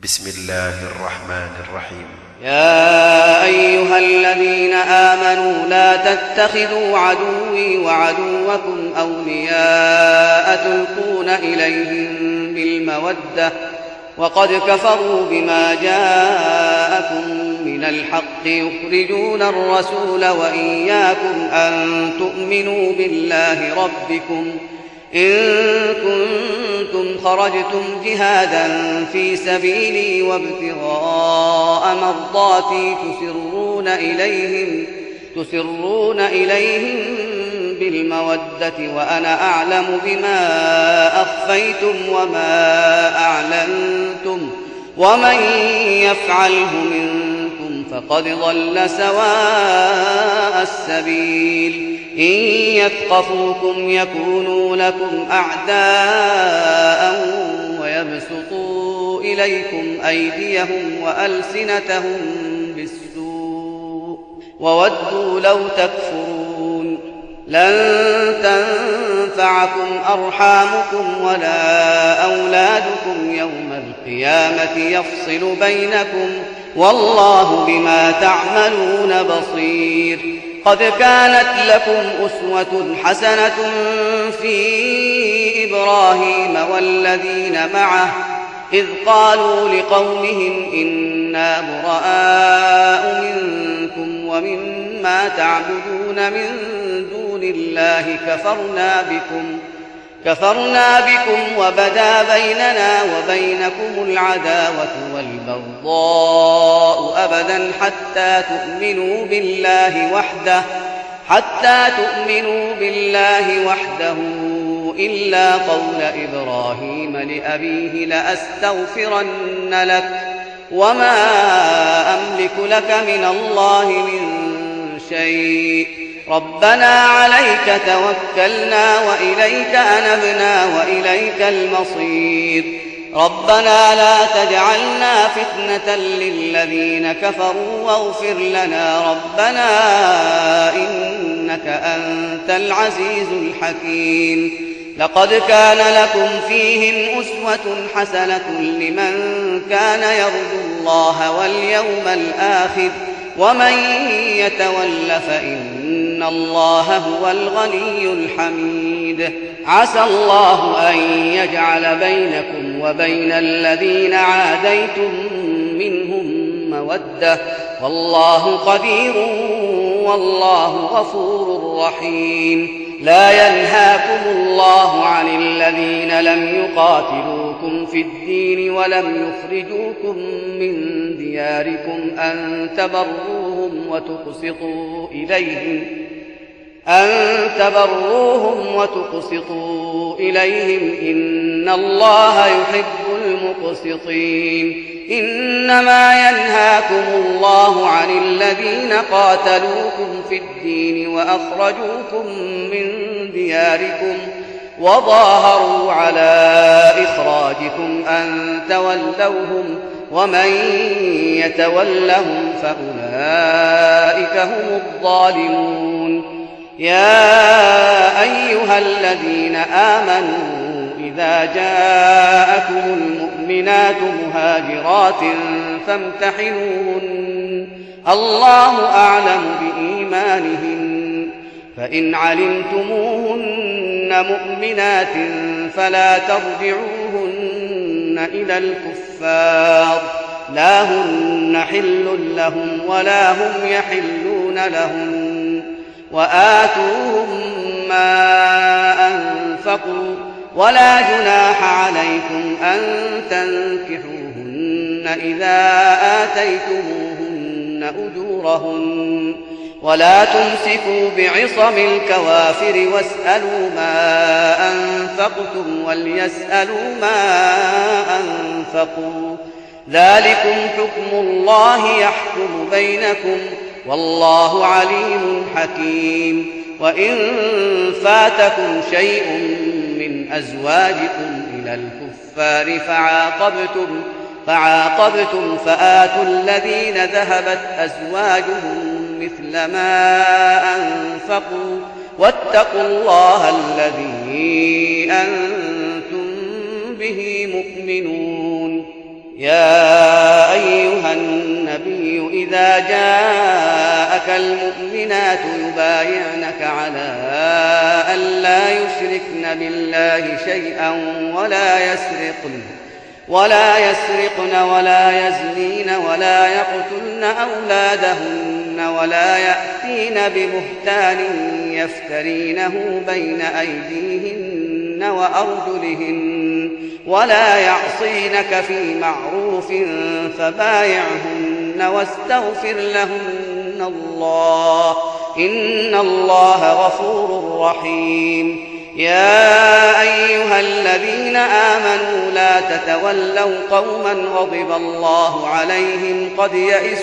بسم الله الرحمن الرحيم. يا أيها الذين آمنوا لا تتخذوا عدوي وعدوكم أولياء تلقون إليهم بالمودة وقد كفروا بما جاءكم من الحق يخرجون الرسول وإياكم أن تؤمنوا بالله ربكم إن كنتم خرجتم جهادا في سبيلي وابتغاء مرضاتي تسرون إليهم بالمودة وأنا أعلم بما أخفيتم وما أعلنتم ومن يفعله منكم فقد ضل سواء السبيل إن يثقفوكم يكونوا لكم أعداء ويبسطوا إليكم أيديهم وألسنتهم بالسوء وودوا لو تكفرون لن تنفعكم أرحامكم ولا أولادكم يوم القيامة يفصل بينكم والله بما تعملون بصير. قد كانت لكم أسوة حسنة في إبراهيم والذين معه إذ قالوا لقومهم إنا براء منكم ومما تعبدون من دون الله كفرنا بكم وبدا بيننا وبينكم العداوة والبغضاء أبدا حتى تؤمنوا بالله وحده إلا قول إبراهيم لأبيه لأستغفرن لك وما أملك لك من الله من شيء ربنا عليك توكلنا وإليك أنبنا وإليك المصير ربنا لا تجعلنا فتنة للذين كفروا واغفر لنا ربنا إنك أنت العزيز الحكيم. لقد كان لكم فيهم أسوة حسنة لمن كان يرجو الله واليوم الآخر ومن يتول فإن الله هو الغني الحميد. عسى الله أن يجعل بينكم وبين الذين عاديتم منهم مودة والله قدير والله غفور رحيم. لا ينهاكم الله عن الذين لم يقاتلوكم في الدين ولم يخرجوكم من دياركم أن تبروهم وتقسطوا إليهم إن الله يحب المقسطين. إنما ينهاكم الله عن الذين قاتلوكم في الدين وأخرجوكم من دياركم وظاهروا على إخراجكم أن تولوهم ومن يتولهم فأولئك هم الظالمون. يا أيها الذين آمنوا إذا جاءكم المؤمنات مهاجرات فامتحنوهن الله أعلم بإيمانهن فإن علمتموهن مؤمنات فلا ترجعوهن إلى الكفار لا هن حل لهم ولا هم يحلون لهم وآتوهم ما أنفقوا ولا جناح عليكم أن تنكحوهن إذا آتيتموهن أجورهن ولا تمسكوا بعصم الكوافر واسألوا ما أنفقتم وليسألوا ما أنفقوا ذلكم حكم الله يحكم بينكم والله عليم حكيم. وإن فاتكم شيء من أزواجكم إلى الكفار فعاقبتم فآتوا الذين ذهبت أزواجهم مثل ما أنفقوا واتقوا الله الذي أنتم به مؤمنون. يا أيها النبي إذا جاءك المؤمنات يبايعنك على أن لا يشركن بالله شيئا ولا يسرقن ولا يزنين ولا يقتلن أولادهن ولا يأتين ببهتان يفترينه بين أيديهن وأرجلهن ولا يعصينك في معروف فبايعهن واستغفر لهن الله إن الله غفور رحيم. يا أيها الذين آمنوا لا تتولوا قوما غضب الله عليهم قد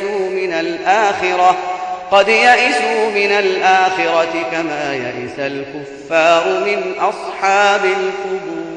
يئسوا من الآخرة كما يئس الكفار من أصحاب القبور.